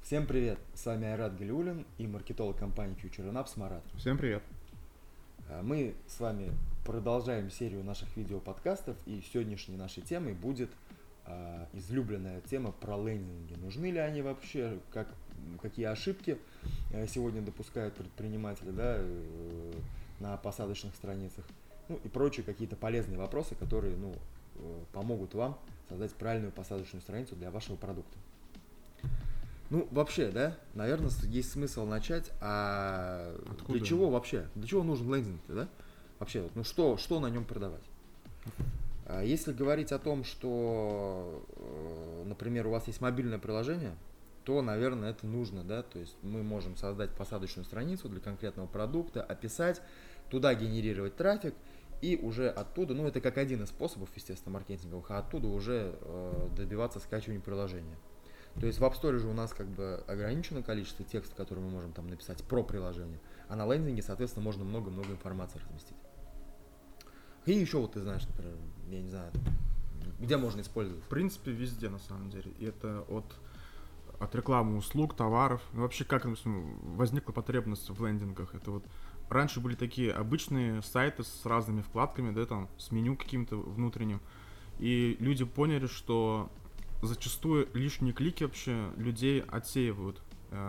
Всем привет! С вами Айрат Галиуллин и маркетолог компании Future Apps Марат. Всем привет! Мы с вами продолжаем серию наших видеоподкастов, и сегодняшней нашей темой будет излюбленная тема про лендинги. Нужны ли они вообще, какие ошибки сегодня допускают предприниматели, на посадочных страницах, и прочие какие-то полезные вопросы, которые помогут вам создать правильную посадочную страницу для вашего продукта. Вообще, наверное, есть смысл начать, Откуда? Для чего нужен лендинг, да? Вообще, что на нем продавать? Если говорить о том, что, например, у вас есть мобильное приложение, то, наверное, это нужно, да, то есть мы можем создать посадочную страницу для конкретного продукта, описать, туда генерировать трафик, и уже оттуда, это как один из способов, естественно, маркетинговых, а оттуда уже добиваться скачивания приложения. То есть в App Store же у нас ограничено количество текста, который мы можем там написать про приложение, а на лендинге, соответственно, можно много-много информации разместить. И еще ты знаешь, например, я не знаю, где можно использовать? В принципе, везде на самом деле. И это от рекламы услуг, товаров. Вообще, как возникла потребность в лендингах? Это раньше были такие обычные сайты с разными вкладками, с меню каким-то внутренним. И люди поняли, что зачастую лишние клики вообще людей отсеивают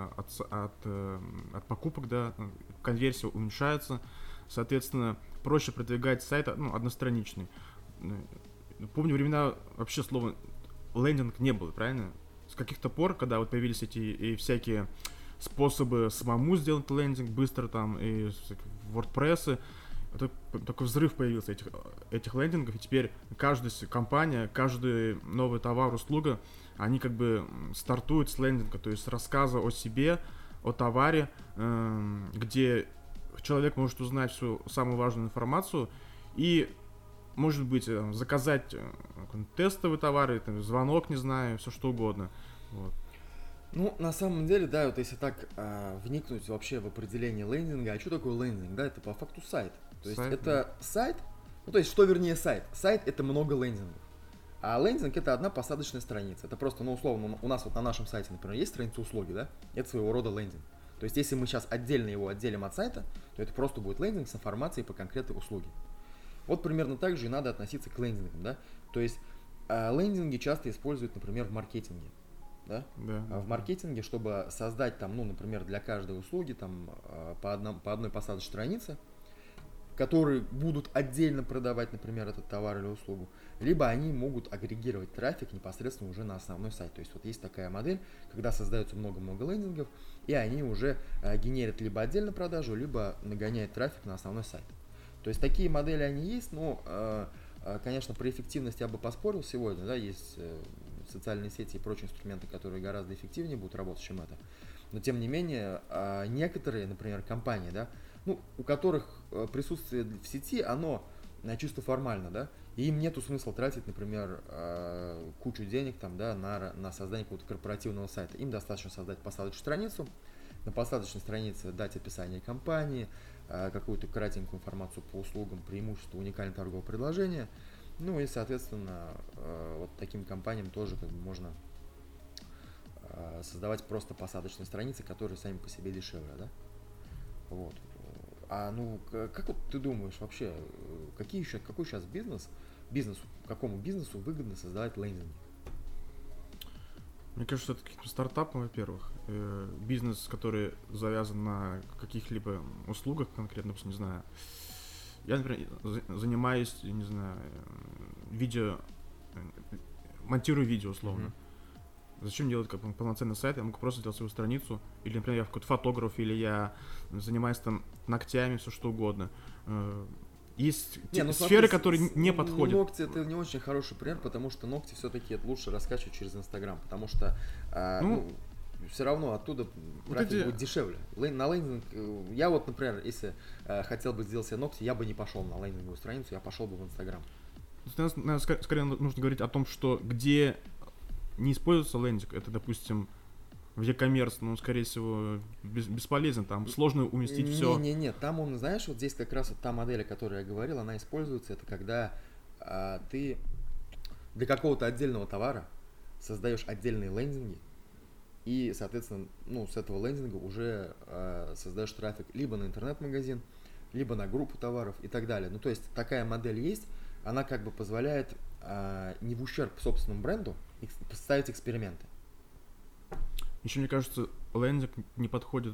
от покупок, конверсия уменьшается, соответственно, проще продвигать сайт одностраничный. Помню времена, вообще слова лендинг не было, правильно? С каких-то пор, когда появились эти всякие способы самому сделать лендинг быстро, и WordPress, такой взрыв появился этих лендингов, и теперь каждая компания, каждый новый товар, услуга, они стартуют с лендинга, то есть с рассказа о себе, о товаре, где человек может узнать всю самую важную информацию и, может быть, заказать тестовый товар, звонок, не знаю, все что угодно. На самом деле, если так вникнуть вообще в определение лендинга, а что такое лендинг? Это по факту сайт. То есть это сайт, что вернее сайт? Сайт — это много лендингов. А лендинг — это одна посадочная страница. Это просто, условно, у нас на нашем сайте, например, есть страница услуги, да? Это своего рода лендинг. То есть если мы сейчас отдельно его отделим от сайта, то это просто будет лендинг с информацией по конкретной услуге. Примерно так же и надо относиться к лендингам, да? То есть лендинги часто используют, например, в маркетинге. Да? В маркетинге, чтобы создать например, для каждой услуги по одной посадочной странице, которые будут отдельно продавать, например, этот товар или услугу, либо они могут агрегировать трафик непосредственно уже на основной сайт. То есть есть такая модель, когда создается много-много лендингов, и они уже генерят либо отдельно продажу, либо нагоняют трафик на основной сайт. То есть такие модели они есть, но, конечно, про эффективность я бы поспорил сегодня, да, есть социальные сети и прочие инструменты, которые гораздо эффективнее будут работать, чем это. Но, тем не менее, некоторые, например, компании, да, у которых присутствие в сети, оно чисто формально, да, и им нету смысла тратить, например, кучу денег на создание какого-то корпоративного сайта. Им достаточно создать посадочную страницу, на посадочной странице дать описание компании, какую-то кратенькую информацию по услугам, преимуществу, уникальное торговое предложение. И, соответственно, таким компаниям тоже можно создавать просто посадочные страницы, которые сами по себе дешевле, да? Как ты думаешь вообще, какой сейчас какому бизнесу выгодно создавать лендинги? Мне кажется, это каким-то стартапом, во-первых. Бизнес, который завязан на каких-либо услугах конкретно, не знаю. Я, например, занимаюсь, не знаю, монтирую видео, условно. Зачем делать полноценный сайт? Я могу просто сделать свою страницу. Или, например, я какой-то фотограф, или я занимаюсь ногтями, все что угодно. Есть сферы, которые не подходят. Ногти — это не очень хороший пример, потому что ногти все-таки лучше раскачивать через Инстаграм, потому что все равно оттуда трафик будет дешевле. На лендинг, я например, если хотел бы сделать себе ногти, я бы не пошел на лендинговую страницу, я пошел бы в Инстаграм. Скорее нужно говорить о том, что где не используется лендинг, это, допустим, в e-commerce, скорее всего, бесполезен, там сложно уместить все. Не, там он, знаешь, здесь как раз та модель, о которой я говорил, она используется, это когда ты для какого-то отдельного товара создаешь отдельные лендинги, и, соответственно, ну, с этого лендинга уже создаешь трафик либо на интернет-магазин, либо на группу товаров и так далее. Ну, то есть такая модель есть, она как бы позволяет не в ущерб собственному бренду ставить эксперименты. Еще, мне кажется, лендинг не подходит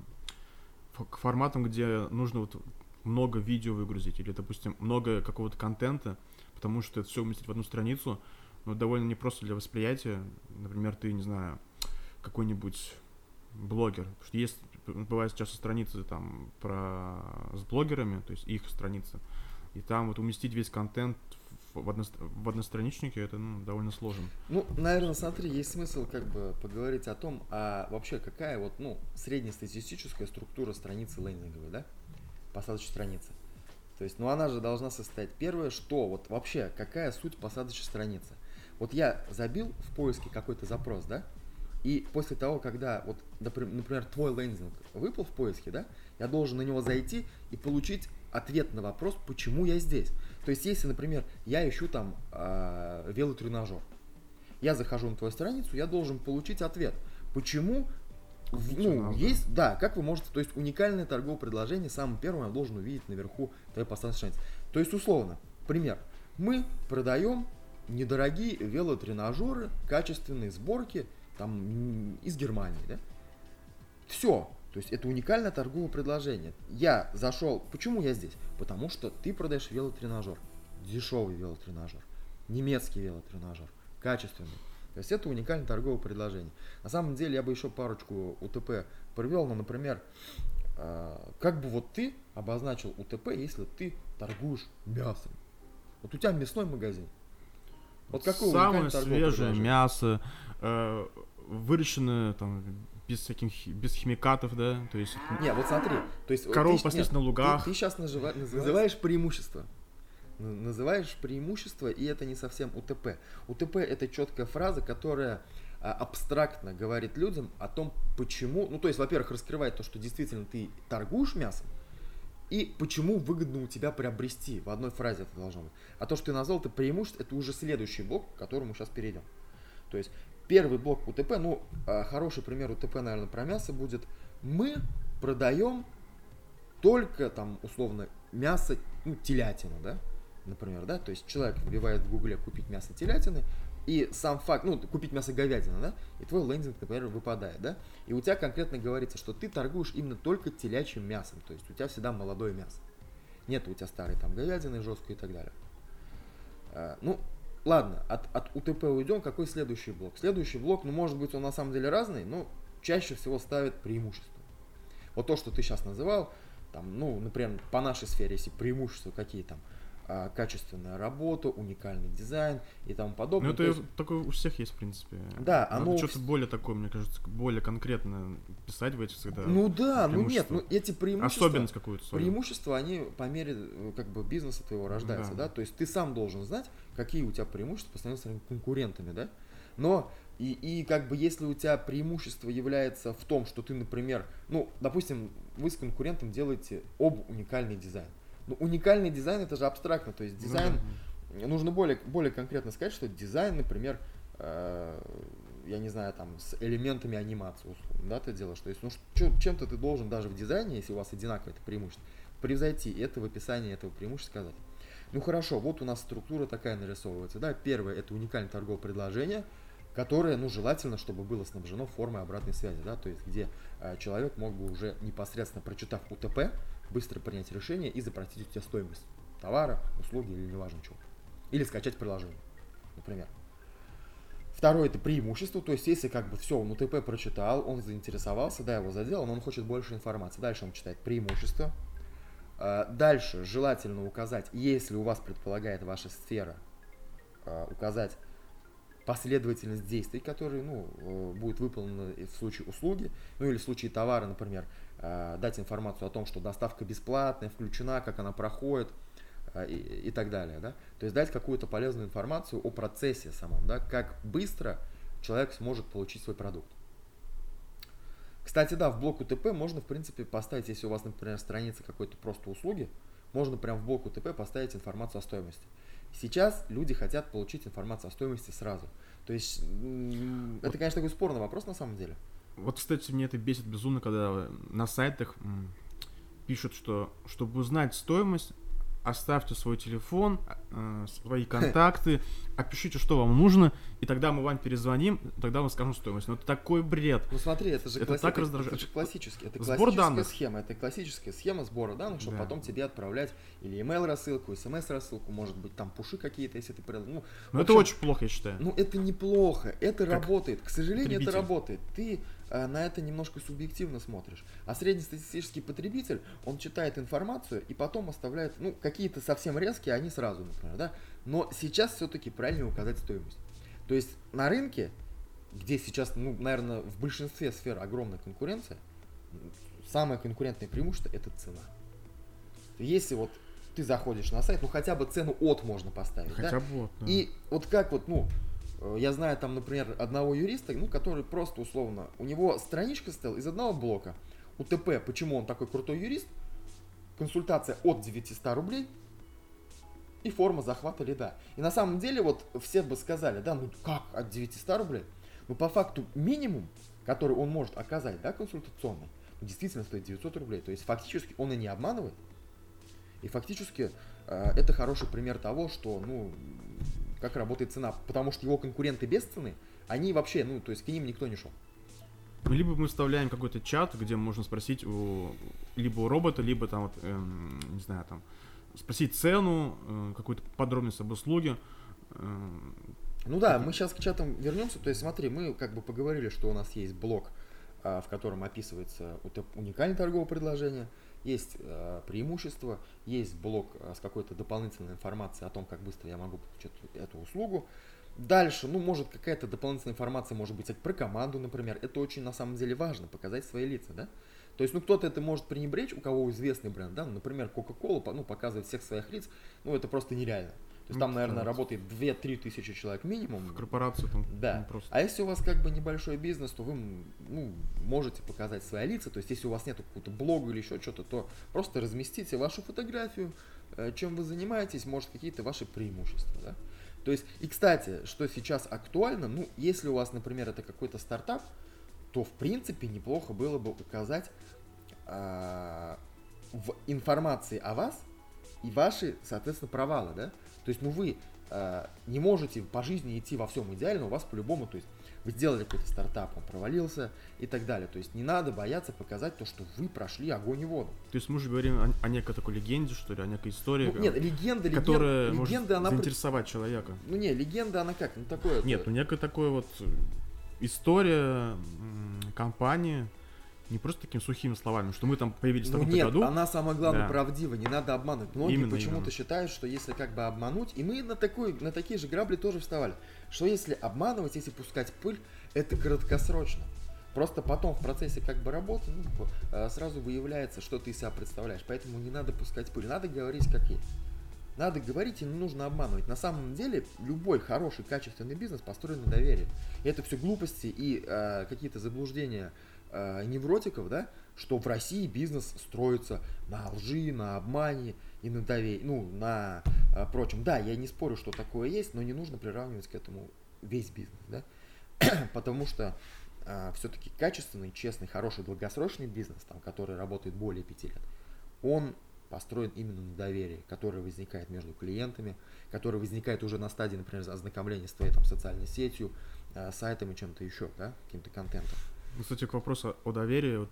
к форматам, где нужно вот много видео выгрузить или, допустим, много какого-то контента, потому что это все уместить в одну страницу, но довольно непросто для восприятия. Например, ты, не знаю, какой-нибудь блогер. Потому что есть, бывают часто страницы там с блогерами, то есть их страницы, и там вот уместить весь контент в одностраничнике, это довольно сложно. Ну, наверное, смотри, есть смысл как бы поговорить о том, а вообще какая вот, ну, среднестатистическая структура страницы лендинговой, да, посадочной страницы. То есть, ну, она же должна состоять. Первое, что вот вообще, какая суть посадочной страницы. Вот я забил в поиске какой-то запрос, да, и после того, когда, вот, например, твой лендинг выпал в поиске, да, я должен на него зайти и получить ответ на вопрос, почему я здесь. То есть, если, например, я ищу там велотренажер, я захожу на твою страницу, я должен получить ответ, почему, ну, есть, да, как вы можете, то есть, уникальное торговое предложение, самым первым я должен увидеть наверху твоей посадочной страницы. То есть, условно, пример, мы продаем недорогие велотренажеры, качественные сборки, там, из Германии, да, все. То есть это уникальное торговое предложение. Я зашел, почему я здесь? Потому что ты продаешь велотренажер, дешевый велотренажер, немецкий велотренажер, качественный. То есть это уникальное торговое предложение. На самом деле я бы еще парочку УТП привел, но, например, как бы вот ты обозначил УТП, если ты торгуешь мясом. Вот у тебя мясной магазин. Вот какое самое свежее мясо, выращенное там без химикатов, да, то есть. Не, вот смотри, то есть коровы паслись на лугах. Ты сейчас называешь преимущество. Называешь преимущество, и это не совсем УТП. УТП это четкая фраза, которая абстрактно говорит людям о том, почему, ну то есть, во-первых, раскрывает то, что действительно ты торгуешь мясом, и почему выгодно у тебя приобрести. В одной фразе это должно быть. А то, что ты назвал, это преимущество, это уже следующий блок, к которому сейчас перейдем. То есть первый блок УТП, ну, хороший пример УТП, наверное, про мясо будет. Мы продаем только, там, условно, мясо, ну, телятина, да, например, да, то есть человек вбивает в гугле купить мясо телятины, и сам факт, ну, купить мясо говядины, да, и твой лендинг, например, выпадает, да, и у тебя конкретно говорится, что ты торгуешь именно только телячьим мясом, то есть у тебя всегда молодое мясо. Нет у тебя старой там говядины, жесткой и так далее. Ну, ладно, от УТП уйдем, какой следующий блок? Следующий блок, ну, может быть, он на самом деле разный, но чаще всего ставит преимущества. Вот то, что ты сейчас называл, там, ну, например, по нашей сфере, если преимущества какие там, качественная работа, уникальный дизайн и тому подобное. Ну, это такое у всех есть, в принципе. Да, оно... Что-то более такое, мне кажется, более конкретно писать в этих всегда. Ну да, ну нет, ну эти преимущества... Особенность какую-то свою. Преимущества, они по мере, как бы, бизнеса твоего рождаются, да? То есть ты сам должен знать, какие у тебя преимущества по сравнению с своими конкурентами, да? Но и как бы если у тебя преимущество является в том, что ты, например, ну, допустим, вы с конкурентом делаете уникальный дизайн. Ну, уникальный дизайн это же абстрактно, то есть дизайн, нужно более конкретно сказать, что дизайн, например, я не знаю, там, с элементами анимации, условно, да, ты делаешь, то есть, ну, чем-то ты должен даже в дизайне, если у вас одинаковое это преимущество, превзойти это в описании этого преимущества сказать. Ну, хорошо, вот у нас структура такая нарисовывается, да, первое, это уникальное торговое предложение, которое, ну, желательно, чтобы было снабжено формой обратной связи, да, то есть, где человек мог бы уже непосредственно, прочитав УТП, быстро принять решение и запросить у тебя стоимость товара, услуги или неважно чего. Или скачать приложение, например. Второе это преимущество, то есть если как бы все, он УТП прочитал, он заинтересовался, да, его задел, но он хочет больше информации. Дальше он читает преимущество. Дальше желательно указать, если у вас предполагает ваша сфера, указать последовательность действий, которые, ну, будет выполнена в случае услуги, ну или в случае товара, например, дать информацию о том, что доставка бесплатная, включена, как она проходит и так далее, да. То есть дать какую-то полезную информацию о процессе самом, да, как быстро человек сможет получить свой продукт. Кстати, да, в блок УТП можно, в принципе, поставить, если у вас, например, страница какой-то просто услуги, можно прям в блок УТП поставить информацию о стоимости. Сейчас люди хотят получить информацию о стоимости сразу. То есть, это, конечно, такой спорный вопрос на самом деле. Вот, кстати, мне это бесит безумно, когда на сайтах пишут, что чтобы узнать стоимость, оставьте свой телефон, свои контакты, опишите, что вам нужно, и тогда мы вам перезвоним, тогда мы скажем стоимость. Но это такой бред. Ну смотри, это же так раздражает. Это же классический. Это сбор данных. Схема. Это классическая схема сбора данных, чтобы потом тебе отправлять или email рассылку, смс рассылку, может быть там пуши какие-то, если ты Ну, это очень плохо, я считаю. Ну это неплохо, это как работает. К сожалению, потребитель. это работает. Ты на это немножко субъективно смотришь. А среднестатистический потребитель, он читает информацию и потом оставляет, ну, какие-то совсем резкие, они сразу, например, да. Но сейчас все-таки правильнее указать стоимость. То есть на рынке, где сейчас, ну, наверное, в большинстве сфер огромная конкуренция, самое конкурентное преимущество – это цена. Если вот ты заходишь на сайт, ну, хотя бы цену от можно поставить, хотя бы от, да. И вот как вот, ну, я знаю там, например, одного юриста, ну, который просто условно, у него страничка стояла из одного блока. УТП, почему он такой крутой юрист, консультация от 900 рублей и форма захвата лида. И на самом деле вот все бы сказали, да, ну как от 900 рублей? Ну по факту минимум, который он может оказать, да, консультационный, действительно стоит 900 рублей. То есть фактически он и не обманывает. И фактически это хороший пример того, что, ну, как работает цена, потому что его конкуренты без цены, они вообще, ну, то есть к ним никто не шел. Либо мы вставляем какой-то чат, где можно спросить либо у робота, либо там, вот, не знаю, там, спросить цену, какую-то подробность об услуге. Ну да, мы сейчас к чатам вернемся. То есть смотри, мы как бы поговорили, что у нас есть блок, в котором описывается уникальное торговое предложение, есть преимущество, есть блок с какой-то дополнительной информацией о том, как быстро я могу получить эту услугу. Дальше, ну, может, какая-то дополнительная информация может быть про команду, например. Это очень, на самом деле, важно, показать свои лица, да? То есть, ну, кто-то это может пренебречь, у кого известный бренд, да? Например, Coca-Cola, ну, показывает всех своих лиц, ну, это просто нереально. То есть, там, наверное, работает 2-3 тысячи человек минимум. В корпорации там да. Просто. А если у вас как бы небольшой бизнес, то вы, ну, можете показать свои лица. То есть, если у вас нет какого-то блога или еще что-то, то просто разместите вашу фотографию, чем вы занимаетесь, может, какие-то ваши преимущества, да? То есть, и, кстати, что сейчас актуально, ну, если у вас, например, это какой-то стартап, то, в принципе, неплохо было бы указать в информации о вас и ваши, соответственно, провалы, да? То есть, ну, вы не можете по жизни идти во всем идеально, у вас по-любому, то есть, вы сделали какой-то стартап, он провалился и так далее. То есть, не надо бояться показать то, что вы прошли огонь и воду. То есть, мы же говорим о некой такой легенде, что ли, о некой истории, ну, нет, легенда, которая легенда, может заинтересовать человека. Ну, не, легенда, она как? Ну, такое. Нет, ну, некая такая вот история компании, не просто такими сухими словами, что мы там появились в таком-то году. Она, самое главное, правдива, не надо обманывать. Многие почему-то считают, что если как бы обмануть, и мы на такие же грабли тоже вставали, что если обманывать, если пускать пыль, это краткосрочно. Просто потом в процессе как бы работы сразу выявляется, что ты из себя представляешь. Поэтому не надо пускать пыль, надо говорить как есть. Надо говорить и не нужно обманывать. На самом деле любой хороший, качественный бизнес построен на доверии. И это все глупости и какие-то заблуждения невротиков, да, что в России бизнес строится на лжи, на обмане и на доверии, ну, на прочем. Да, я не спорю, что такое есть, но не нужно приравнивать к этому весь бизнес, да, потому что все-таки качественный, честный, хороший, долгосрочный бизнес, там, который работает более 5 лет, он построен именно на доверии, которое возникает между клиентами, которое возникает уже на стадии, например, ознакомления с твоей там социальной сетью, сайтом и чем-то еще, да, каким-то контентом. Кстати, к вопросу о доверии,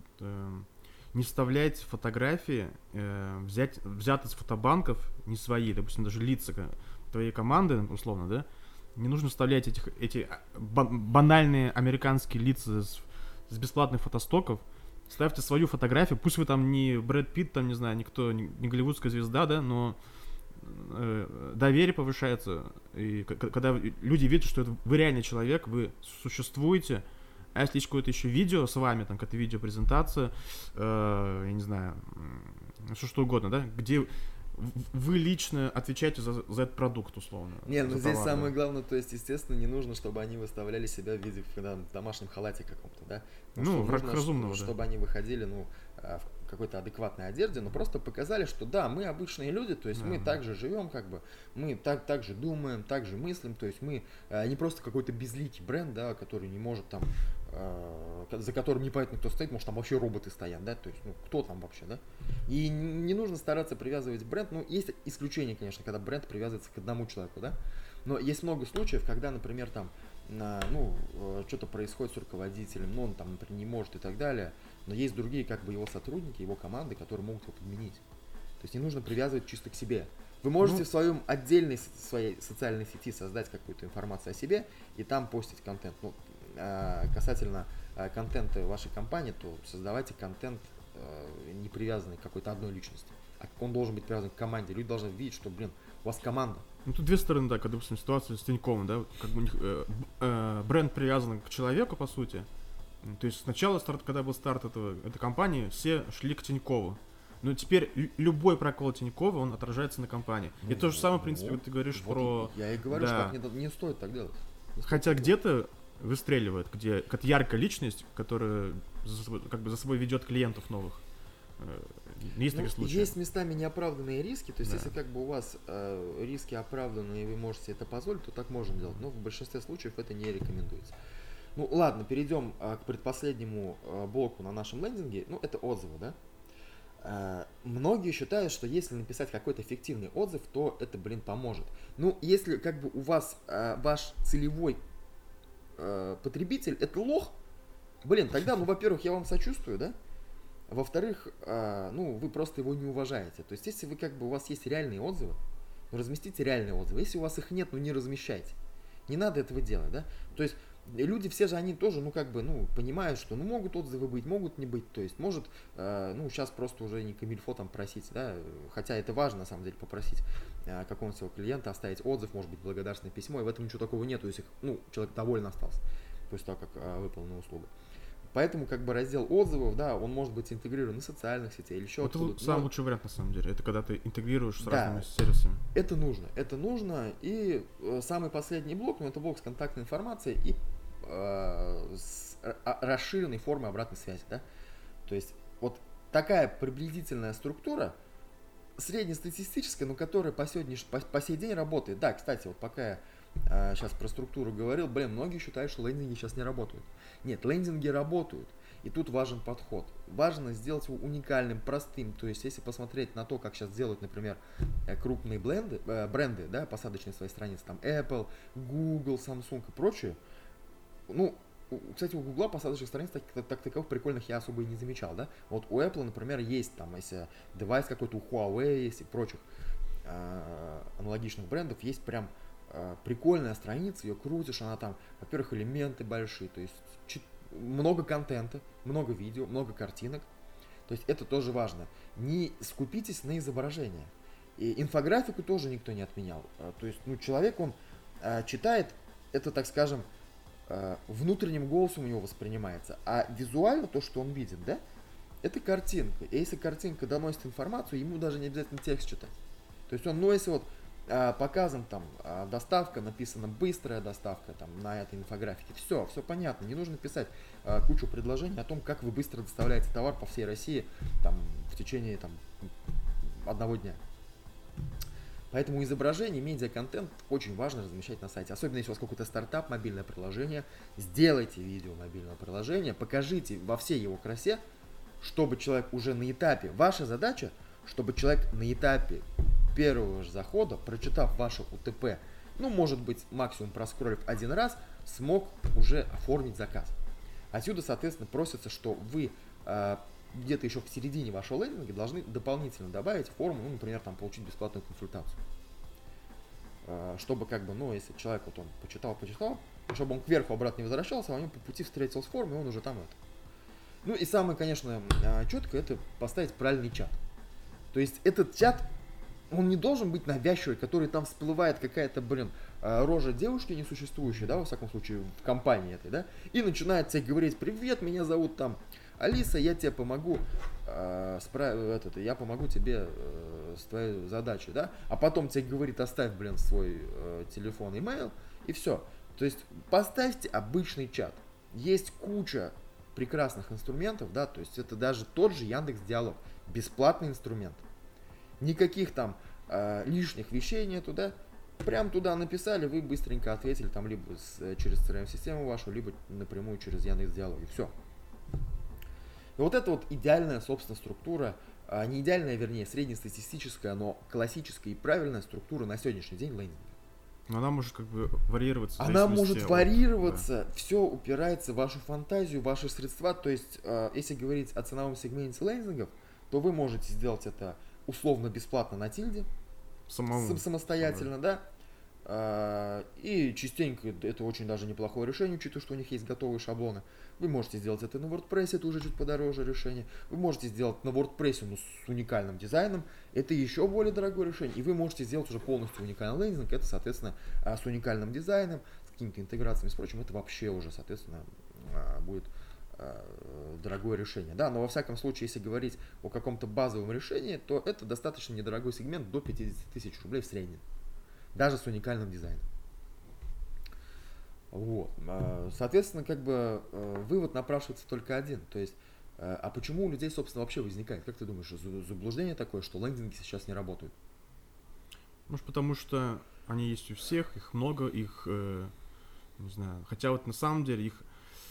не вставляйте фотографии, взятые с фотобанков, не свои, допустим, даже лица твоей команды, условно, да, не нужно вставлять эти банальные американские лица с бесплатных фотостоков. Ставьте свою фотографию, пусть вы там не Брэд Питт, там, не знаю, никто, не голливудская звезда, да, но доверие повышается, и когда люди видят, что это вы реальный человек, вы существуете. А если есть какое-то еще видео с вами, там какая-то видеопрезентация, я не знаю, что угодно, да, где вы лично отвечаете за этот продукт, условно. Не, ну здесь самое главное, то есть, естественно, не нужно, чтобы они выставляли себя в виде в домашнем халате каком-то, да? Ну, в рамках разумного, чтобы они выходили, ну, в какой-то адекватной одежде, но просто показали, что да, мы обычные люди, то есть мы также живем, как бы, мы так же думаем, так же мыслим, то есть мы не просто какой-то безликий бренд, да, который не может там, за которым непонятно кто стоит, может там вообще роботы стоят, да, то есть, ну, кто там вообще, да, и не нужно стараться привязывать бренд, ну, есть исключения, конечно, когда бренд привязывается к одному человеку, да, но есть много случаев, когда, например, там, что-то происходит с руководителем, ну, он там, например, не может и так далее, но есть другие, как бы, его сотрудники, его команды, которые могут его подменить. То есть не нужно привязывать чисто к себе. Вы можете в своем отдельной своей социальной сети создать какую-то информацию о себе и там постить контент. Ну, касательно контента вашей компании, то создавайте контент, не привязанный к какой-то одной личности. А он должен быть привязан к команде. Люди должны видеть, что, блин, у вас команда. Ну, тут две стороны, да, когда, допустим, ситуация с Тиньковым, да, как бы у них бренд привязан к человеку, по сути. То есть сначала, когда был старт этой компании, все шли к Тинькову. Но теперь любой прокол Тинькова, он отражается на компании. И то же самое, в принципе, вот ты говоришь про... Я и говорю, что так не стоит так делать. Хотя где-то выстреливает, где какая-то яркая личность, которая за собой ведет клиентов новых. Есть такие случаи? Есть местами неоправданные риски, то есть если как бы у вас риски оправданы и вы можете это позволить, то так можно делать, но в большинстве случаев это не рекомендуется. Ну ладно, перейдем к предпоследнему блоку на нашем лендинге, ну это отзывы, да? Многие считают, что если написать какой-то эффективный отзыв, то это, поможет. Ну, если как бы у вас ваш целевой потребитель это лох, тогда, во-первых, я вам сочувствую, да? Во-вторых, вы просто его не уважаете. То есть, если вы у вас есть реальные отзывы, разместите реальные отзывы. Если у вас их нет, не размещайте. Не надо этого делать, да? То есть, люди все же, они тоже, понимают, что, могут отзывы быть, могут не быть. То есть, может, сейчас просто уже не камильфо там просить, да? Хотя это важно, на самом деле, попросить какого-нибудь своего клиента оставить отзыв, может быть, благодарственное письмо, и в этом ничего такого нету, если, человек доволен остался после того, как выполнена услуга. Поэтому раздел отзывов, да, он может быть интегрирован в социальных сетях или еще откуда-то. Это самый лучший вариант на самом деле. Это когда ты интегрируешь с разными сервисами. Это нужно. И самый последний блок, это блок с контактной информацией и с расширенной формой обратной связи, да. То есть вот такая приблизительная структура, среднестатистическая, но которая по сей день работает. Да, кстати, вот пока я сейчас про структуру говорил, многие считают, что лендинги сейчас не работают. Нет, лендинги работают. И тут важен подход. Важно сделать его уникальным, простым. То есть, если посмотреть на то, как сейчас делают, например, крупные бренды, да, посадочные свои страницы, там Apple, Google, Samsung и прочее. Кстати, у Google посадочных страниц так таковых прикольных я особо и не замечал, да. Вот у Apple, например, есть там, если девайс какой-то, у Huawei есть и прочих аналогичных брендов, есть прям прикольная страница, ее крутишь, она там, во-первых, элементы большие, то есть много контента, много видео, много картинок. То есть это тоже важно. Не скупитесь на изображение. И инфографику тоже никто не отменял. То есть, человек, он читает, это, так скажем, внутренним голосом у него воспринимается. А визуально то, что он видит, да, это картинка. И если картинка доносит информацию, ему даже не обязательно текст читать. То есть он, если вот показан там доставка, написана быстрая доставка там на этой инфографике. Все понятно, не нужно писать кучу предложений о том, как вы быстро доставляете товар по всей России там, в течение одного дня. Поэтому изображение, медиа-контент очень важно размещать на сайте. Особенно если у вас какой-то стартап, мобильное приложение. Сделайте видео мобильного приложения, покажите во всей его красе, чтобы человек уже на этапе, ваша задача, чтобы человек на этапе первого же захода, прочитав ваше УТП, может быть, максимум проскроллив один раз, смог уже оформить заказ. Отсюда, соответственно, просится, что вы где-то еще в середине вашего лендинга должны дополнительно добавить форму, например, получить бесплатную консультацию. Чтобы если человек он почитал, чтобы он кверху обратно не возвращался, а у него по пути встретил с формой, и он уже там это. И самое, конечно, четко, это поставить правильный чат. То есть этот чат, он не должен быть навязчивый, который там всплывает какая-то, рожа девушки несуществующая, да, во всяком случае, в компании этой, да, и начинает тебе говорить: привет, меня зовут Алиса, я тебе помогу, я помогу тебе с твоей задачей, да, а потом тебе говорит: оставь, свой телефон, имейл, и все. То есть поставьте обычный чат. Есть куча прекрасных инструментов, да, то есть это даже тот же Яндекс.Диалог, бесплатный инструмент. Никаких там лишних вещей нету, да, прям туда написали, вы быстренько ответили там либо через CRM-систему вашу, либо напрямую через Яндекс.Диалог, и все. И вот это вот идеальная, собственно, структура, не идеальная, вернее, среднестатистическая, но классическая и правильная структура на сегодняшний день лендинга. Но она может как бы варьироваться. Она может варьироваться, все упирается в вашу фантазию, в ваши средства. То есть, если говорить о ценовом сегменте лендингов, то вы можете сделать это условно бесплатно на тильде, самостоятельно, да. И частенько это очень даже неплохое решение, учитывая, что у них есть готовые шаблоны. Вы можете сделать это на WordPress, это уже чуть подороже решение. Вы можете сделать на WordPress, но с уникальным дизайном, это еще более дорогое решение. И вы можете сделать уже полностью уникальный лендинг, это, соответственно, с уникальным дизайном, с какими-то интеграциями, с прочим, это вообще уже, соответственно, будет дорогое решение. Да, но во всяком случае, если говорить о каком-то базовом решении, то это достаточно недорогой сегмент, до 50 тысяч рублей в среднем. Даже с уникальным дизайном. Вот. Соответственно, как бы вывод напрашивается только один. То есть, а почему у людей, собственно, вообще возникает? Как ты думаешь, заблуждение такое, что лендинги сейчас не работают? Может, потому что они есть у всех, их много, их, не знаю, хотя вот на самом деле их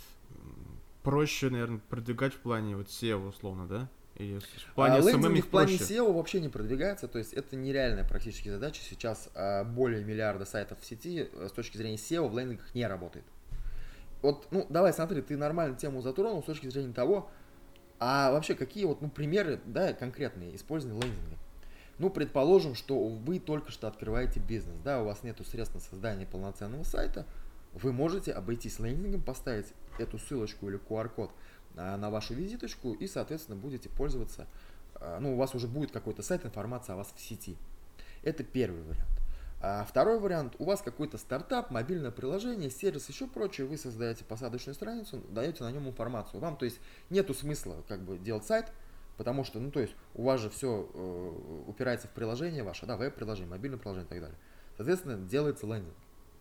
проще, наверное, продвигать в плане вот SEO условно, да? И в плане лендинги в плане SEO вообще не продвигается, то есть это нереальная практически задача. Сейчас более миллиарда сайтов в сети с точки зрения SEO в лендингах не работает. Вот, ну, давай смотри, ты нормально тему затронул с точки зрения того, а вообще какие вот, ну, примеры, да, конкретные использования лендинга. Ну, предположим, что вы только что открываете бизнес, да, у вас нету средств на создание полноценного сайта, вы можете обойтись лендингом, поставить эту ссылочку или QR-код на вашу визиточку и, соответственно, будете пользоваться, ну, у вас уже будет какой-то сайт, информация о вас в сети. Это первый вариант. А второй вариант, у вас какой-то стартап, мобильное приложение, сервис, еще прочее, вы создаете посадочную страницу, даете на нем информацию. Вам, то есть, нету смысла как бы делать сайт, потому что, ну, то есть, у вас же все упирается в приложение ваше, да, веб-приложение, мобильное приложение и так далее. Соответственно, делается лендинг.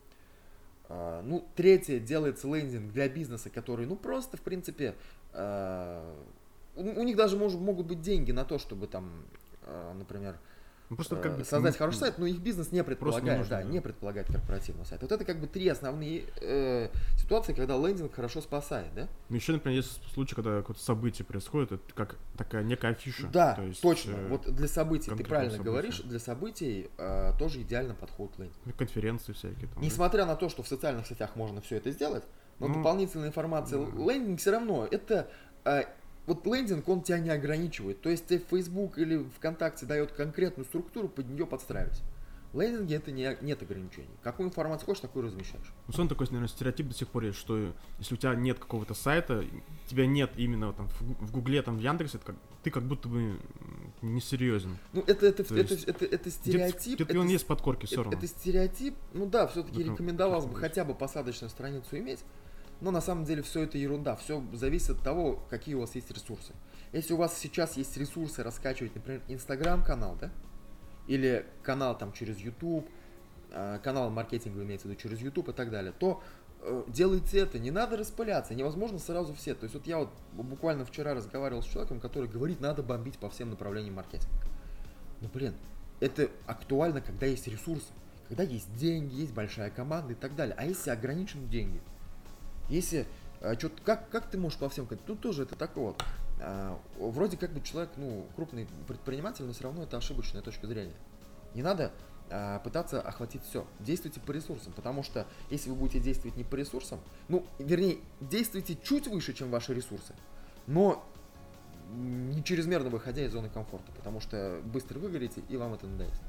Ну, третье, делается лендинг для бизнеса, который, ну, просто, в принципе, у них даже могут быть деньги на то, чтобы там, например, просто как бы создать хороший сайт, но их бизнес не предполагает, нужно, да, не предполагает корпоративного сайта. Вот это как бы три основные ситуации, когда лендинг хорошо спасает, да? Еще, например, есть случаи, когда какое-то событие происходит, это как такая некая афиша. Да, то есть, точно. Вот для событий, ты правильно события. Говоришь, для событий тоже идеально подходит лендинг. Конференции всякие. Там, несмотря на то, что в социальных сетях можно все это сделать, но дополнительная информация, лендинг все равно, это... Вот лендинг, он тебя не ограничивает. То есть тебе Facebook или ВКонтакте дает конкретную структуру, под нее подстраивайся. В лендинге это нет ограничений. Какую информацию хочешь, такую размещаешь. Ну, сон такой, наверное, стереотип до сих пор есть, что если у тебя нет какого-то сайта, тебя нет именно там в Гугле, там в Яндексе, ты как будто бы несерьезен. Ну, это стереотип. Где-то он есть в подкорке все равно. Это стереотип. Ну да, все-таки рекомендовалось бы хотя бы посадочную страницу иметь. Но на самом деле все это ерунда. Все зависит от того, какие у вас есть ресурсы. Если у вас сейчас есть ресурсы раскачивать, например, Инстаграм-канал, да? Или канал там через YouTube, канал маркетинговый имеется в виду через YouTube и так далее, то делайте это, не надо распыляться, невозможно сразу все. То есть вот я вот буквально вчера разговаривал с человеком, который говорит, надо бомбить по всем направлениям маркетинга. Ну блин, это актуально, когда есть ресурсы, когда есть деньги, есть большая команда и так далее. А если ограничены деньги? Если как ты можешь по всем сказать? Тут тоже это такое вот. Вроде как бы человек, ну, крупный предприниматель, но все равно это ошибочная точка зрения. Не надо пытаться охватить все. Действуйте по ресурсам, потому что если вы будете действовать не по ресурсам, ну, вернее, действуйте чуть выше, чем ваши ресурсы, но не чрезмерно выходя из зоны комфорта, потому что быстро выгорите и вам это надоест.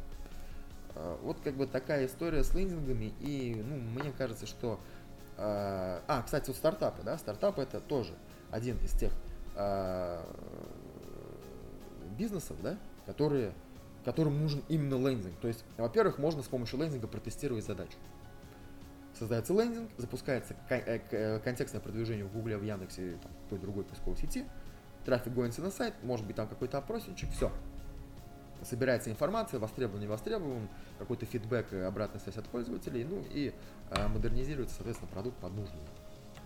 Вот как бы такая история с лендингами, и, ну, мне кажется, что кстати, вот стартапы, да, стартапы это тоже один из тех бизнесов, да, которым нужен именно лендинг. То есть, во-первых, можно с помощью лендинга протестировать задачу. Создается лендинг, запускается контекстное продвижение в Гугле, в Яндексе или там, в какой-то другой поисковой сети, трафик гонится на сайт, может быть там какой-то опросничек, все. Собирается информация, востребован, не востребован, какой-то фидбэк, обратная связь от пользователей, ну и модернизируется, соответственно, продукт под нужный.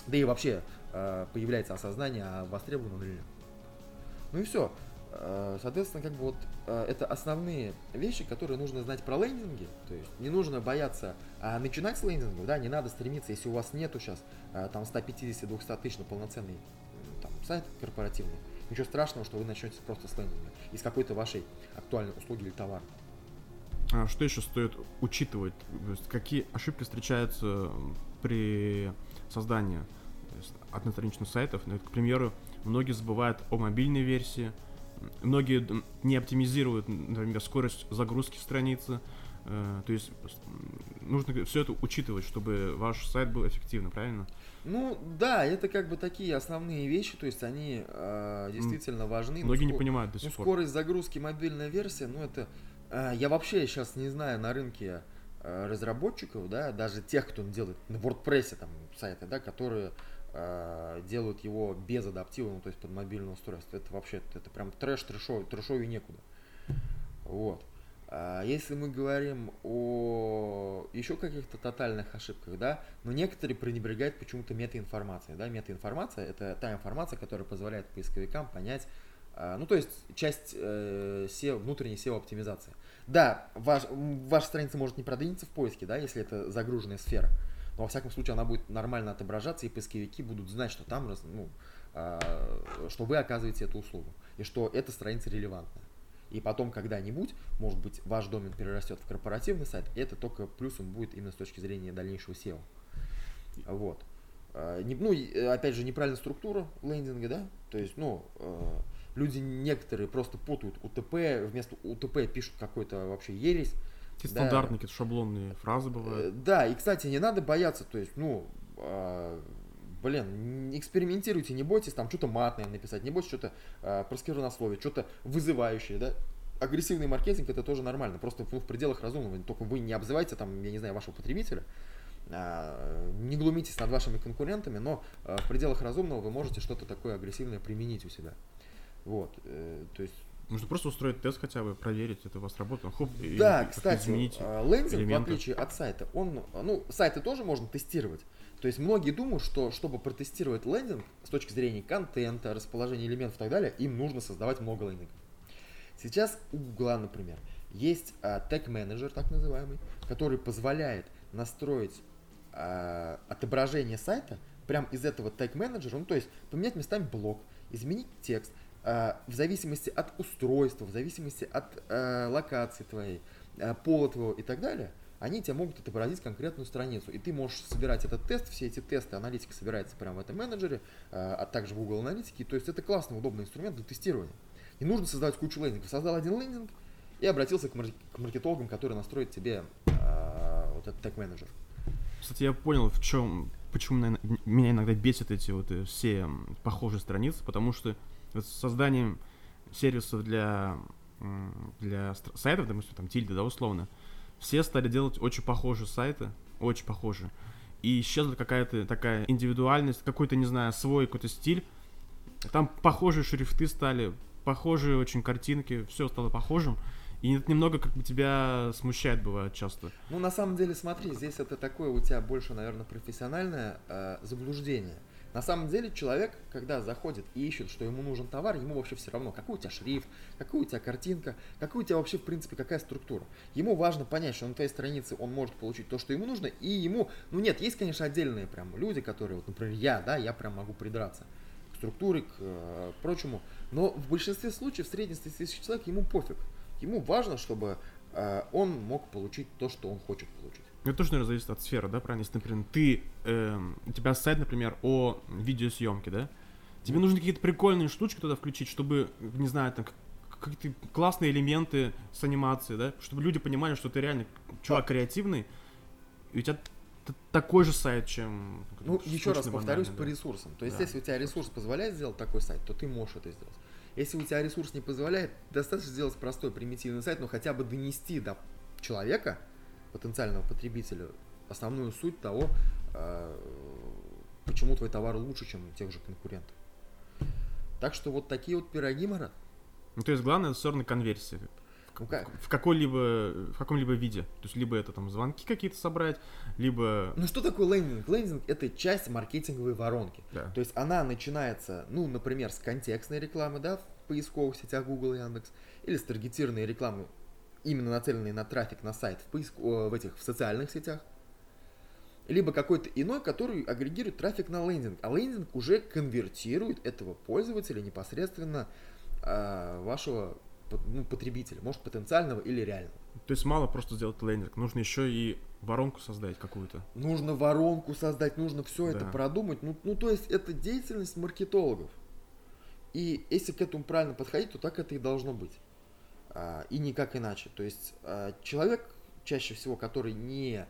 Да и вообще появляется осознание, а востребовано или нет. Ну и все. Соответственно, как бы вот это основные вещи, которые нужно знать про лендинги. То есть не нужно бояться начинать с лендингов, да, не надо стремиться, если у вас нету сейчас там 150-200 тысяч на полноценный там, сайт корпоративный. Ничего страшного, что вы начнете просто с лендинга из какой-то вашей актуальной услуги или товара. А что еще стоит учитывать? То есть какие ошибки встречаются при создании одностраничных сайтов? Ну, к примеру, многие забывают о мобильной версии, многие не оптимизируют, например, скорость загрузки страницы. То есть нужно все это учитывать, чтобы ваш сайт был эффективным, правильно? Ну да, это как бы такие основные вещи, то есть они действительно важны. Многие не понимают до сих пор. Скорость загрузки, мобильная версия, ну это... Я вообще сейчас не знаю на рынке разработчиков, да, даже тех, кто делает на WordPress там сайты, да, которые делают его без адаптива, ну то есть под мобильное устройство. Это вообще, это прям трэшовее некуда. Вот. Если мы говорим о еще каких-то тотальных ошибках, да, но некоторые пренебрегают почему-то метаинформацией, да, метаинформация это та информация, которая позволяет поисковикам понять, ну, то есть часть внутренней SEO-оптимизации. Да, ваша страница может не продвинуться в поиске, да, если это загруженная сфера, но во всяком случае она будет нормально отображаться, и поисковики будут знать, что там, что вы оказываете эту услугу, и что эта страница релевантная. И потом когда-нибудь, может быть, ваш домен перерастет в корпоративный сайт, и это только плюсом будет именно с точки зрения дальнейшего SEO. Вот. Опять же, неправильная структура лендинга, да, то есть, люди некоторые просто путают УТП, вместо УТП пишут какой-то вообще ересь. Какие стандартные, какие-то шаблонные фразы бывают. Да, и, кстати, не надо бояться, то есть, экспериментируйте, не бойтесь там что-то матное написать, не бойтесь что-то про сквернословие, что-то вызывающее, да. Агрессивный маркетинг это тоже нормально, просто в пределах разумного, только вы не обзывайте там, я не знаю, вашего потребителя, не глумитесь над вашими конкурентами, но в пределах разумного вы можете что-то такое агрессивное применить у себя. Вот, то есть... Нужно просто устроить тест хотя бы, проверить, это у вас работает. Хоп, да, кстати, лендинг, элементы. В отличие от сайта, сайты тоже можно тестировать. То есть многие думают, что чтобы протестировать лендинг с точки зрения контента, расположения элементов и так далее, им нужно создавать много лендингов. Сейчас у Google, например, есть тег-менеджер, так называемый, который позволяет настроить отображение сайта прямо из этого тег-менеджера, то есть поменять местами блок, изменить текст, в зависимости от устройства, в зависимости от локации твоей, пола твоего и так далее, они тебе могут отобразить конкретную страницу. И ты можешь собирать этот тест, все эти тесты, аналитика собирается прямо в этом менеджере, а также в Google Аналитике. То есть это классный, удобный инструмент для тестирования. Не нужно создавать кучу лендингов. Создал один лендинг и обратился к маркетологам, которые настроят тебе вот этот тег-менеджер. Кстати, я понял, почему меня иногда бесят эти все похожие страницы, потому что с созданием сервисов для сайтов, допустим, там тильда, да, условно, все стали делать очень похожие сайты, очень похожие. И исчезла какая-то такая индивидуальность, какой-то, не знаю, свой какой-то стиль. Там похожие шрифты стали, похожие очень картинки, все стало похожим. И это немного как бы тебя смущает, бывает часто. На самом деле, смотри, здесь это такое у тебя больше, наверное, профессиональное заблуждение. На самом деле человек, когда заходит и ищет, что ему нужен товар, ему вообще все равно, какой у тебя шрифт, какая у тебя картинка, какая у тебя вообще в принципе какая структура. Ему важно понять, что на твоей странице он может получить то, что ему нужно, и ему, есть, конечно, отдельные прям люди, которые, например, я прям могу придраться к структуре, к прочему, но в большинстве случаев среднестатистический человек, ему пофиг. Ему важно, чтобы он мог получить то, что он хочет получить. Это тоже, наверное, зависит от сферы, да, правильно? Если, например, у тебя сайт, например, о видеосъемке, да? Тебе нужны какие-то прикольные штучки туда включить, чтобы, не знаю, там, какие-то классные элементы с анимацией, да? Чтобы люди понимали, что ты реально чувак креативный, и у тебя такой же сайт, чем... еще раз повторюсь, по ресурсам. То есть, если у тебя ресурс позволяет сделать такой сайт, то ты можешь это сделать. Если у тебя ресурс не позволяет, достаточно сделать простой примитивный сайт, но хотя бы донести до человека, потенциального потребителя, основную суть того, почему твой товар лучше, чем у тех же конкурентов. Так что вот такие вот пироги, Марат. То есть главное это все равно конверсия. в каком-либо виде. То есть либо это там звонки какие-то собрать, либо... Ну что такое лендинг? Лендинг — это часть маркетинговой воронки. Да. То есть она начинается, ну, например, с контекстной рекламы, да, в поисковых сетях Google и Яндекс, или с таргетированной рекламы, именно нацеленной на трафик на сайт в социальных сетях, либо какой-то иной, который агрегирует трафик на лендинг. А лендинг уже конвертирует этого пользователя непосредственно вашего потребителя, может, потенциального или реального. То есть мало просто сделать лендинг, нужно еще и воронку создать какую-то. Нужно воронку создать, нужно все это продумать. Ну, то есть это деятельность маркетологов. И если к этому правильно подходить, то так это и должно быть. И никак иначе. То есть человек, чаще всего, который не...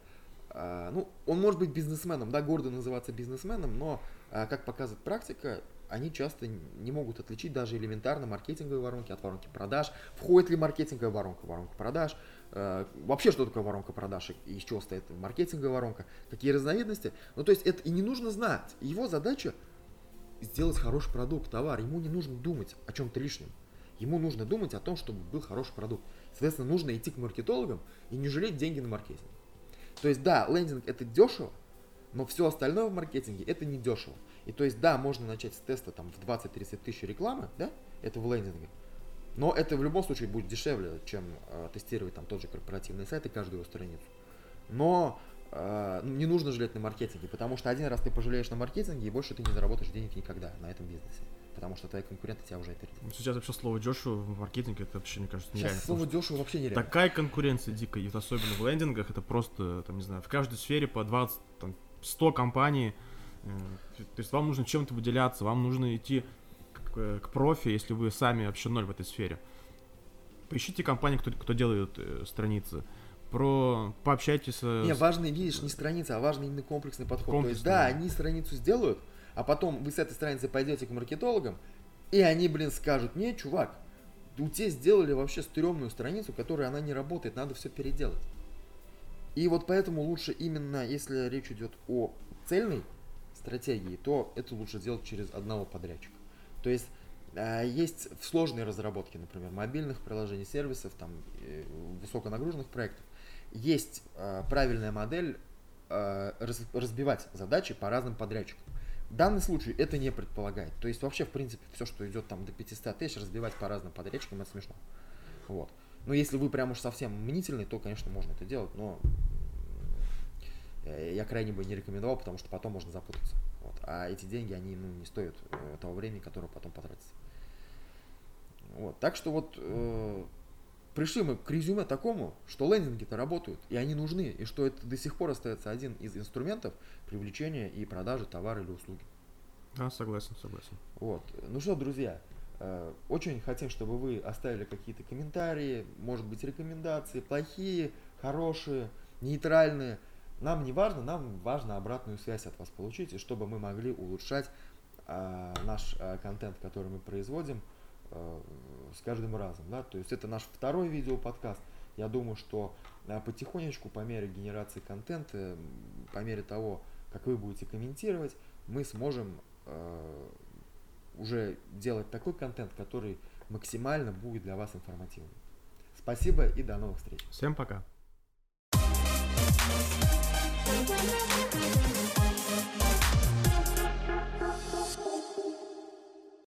он может быть бизнесменом, да, гордо называться бизнесменом, но, как показывает практика, они часто не могут отличить даже элементарно маркетинговые воронки от воронки продаж. Входит ли маркетинговая воронка в воронку продаж? Вообще, что такое воронка продаж и из чего стоит маркетинговая воронка? Какие разновидности? Ну, то есть, это и не нужно знать. Его задача сделать хороший продукт, товар. Ему не нужно думать о чем-то лишнем. Ему нужно думать о том, чтобы был хороший продукт. Соответственно, нужно идти к маркетологам и не жалеть деньги на маркетинг. То есть, да, лендинг — это дешево, но все остальное в маркетинге — это не дешево. И то есть, да, можно начать с теста там в 20-30 тысяч рекламы, да, это в лендинге, но это в любом случае будет дешевле, чем тестировать там тот же корпоративный сайт и каждую его страницу. Но не нужно жалеть на маркетинге, потому что один раз ты пожалеешь на маркетинге, и больше ты не заработаешь денег никогда на этом бизнесе. Потому что твои конкуренты тебя уже опередят. Сейчас вообще слово дешево в маркетинге, это вообще, мне кажется, нереально. Сейчас слово дешево вообще нереально. Такая конкуренция дикая, и вот особенно в лендингах, это просто, там, не знаю, в каждой сфере по 20, там, 100 компаний. То есть вам нужно чем-то выделяться, вам нужно идти к профи, если вы сами вообще ноль в этой сфере. Поищите компании, кто делает страницы. Пообщайтесь с... Не, важный, видишь, не страница, а важный именно комплексный подход. То есть, да, они страницу сделают, а потом вы с этой страницы пойдете к маркетологам, и они, скажут: не, чувак, у тебя сделали вообще стрёмную страницу, которая она не работает, надо все переделать. И вот поэтому лучше именно, если речь идет о цельной стратегии, то это лучше делать через одного подрядчика. То есть есть в сложной разработке, например, мобильных приложений, сервисов, там, высоконагруженных проектов, есть правильная модель разбивать задачи по разным подрядчикам. В данном случае это не предполагает. То есть вообще, в принципе, все, что идет там до 500 тысяч, разбивать по разным подрядчикам, это смешно. Вот. Но если вы прям уж совсем мнительный, то, конечно, можно это делать, но я крайне бы не рекомендовал, потому что потом можно запутаться. Вот. А эти деньги, они не стоят того времени, которое потом потратится. Вот. Так что вот пришли мы к резюме такому, что лендинги-то работают, и они нужны, и что это до сих пор остается один из инструментов привлечения и продажи товара или услуги. Да, согласен. Вот. Ну что, друзья, очень хотим, чтобы вы оставили какие-то комментарии, может быть, рекомендации, плохие, хорошие, нейтральные. Нам не важно, нам важно обратную связь от вас получить, и чтобы мы могли улучшать наш контент, который мы производим, с каждым разом, да, то есть это наш второй видеоподкаст. Я думаю, что потихонечку, по мере генерации контента, по мере того, как вы будете комментировать, мы сможем уже делать такой контент, который максимально будет для вас информативным. Спасибо и до новых встреч. Всем пока.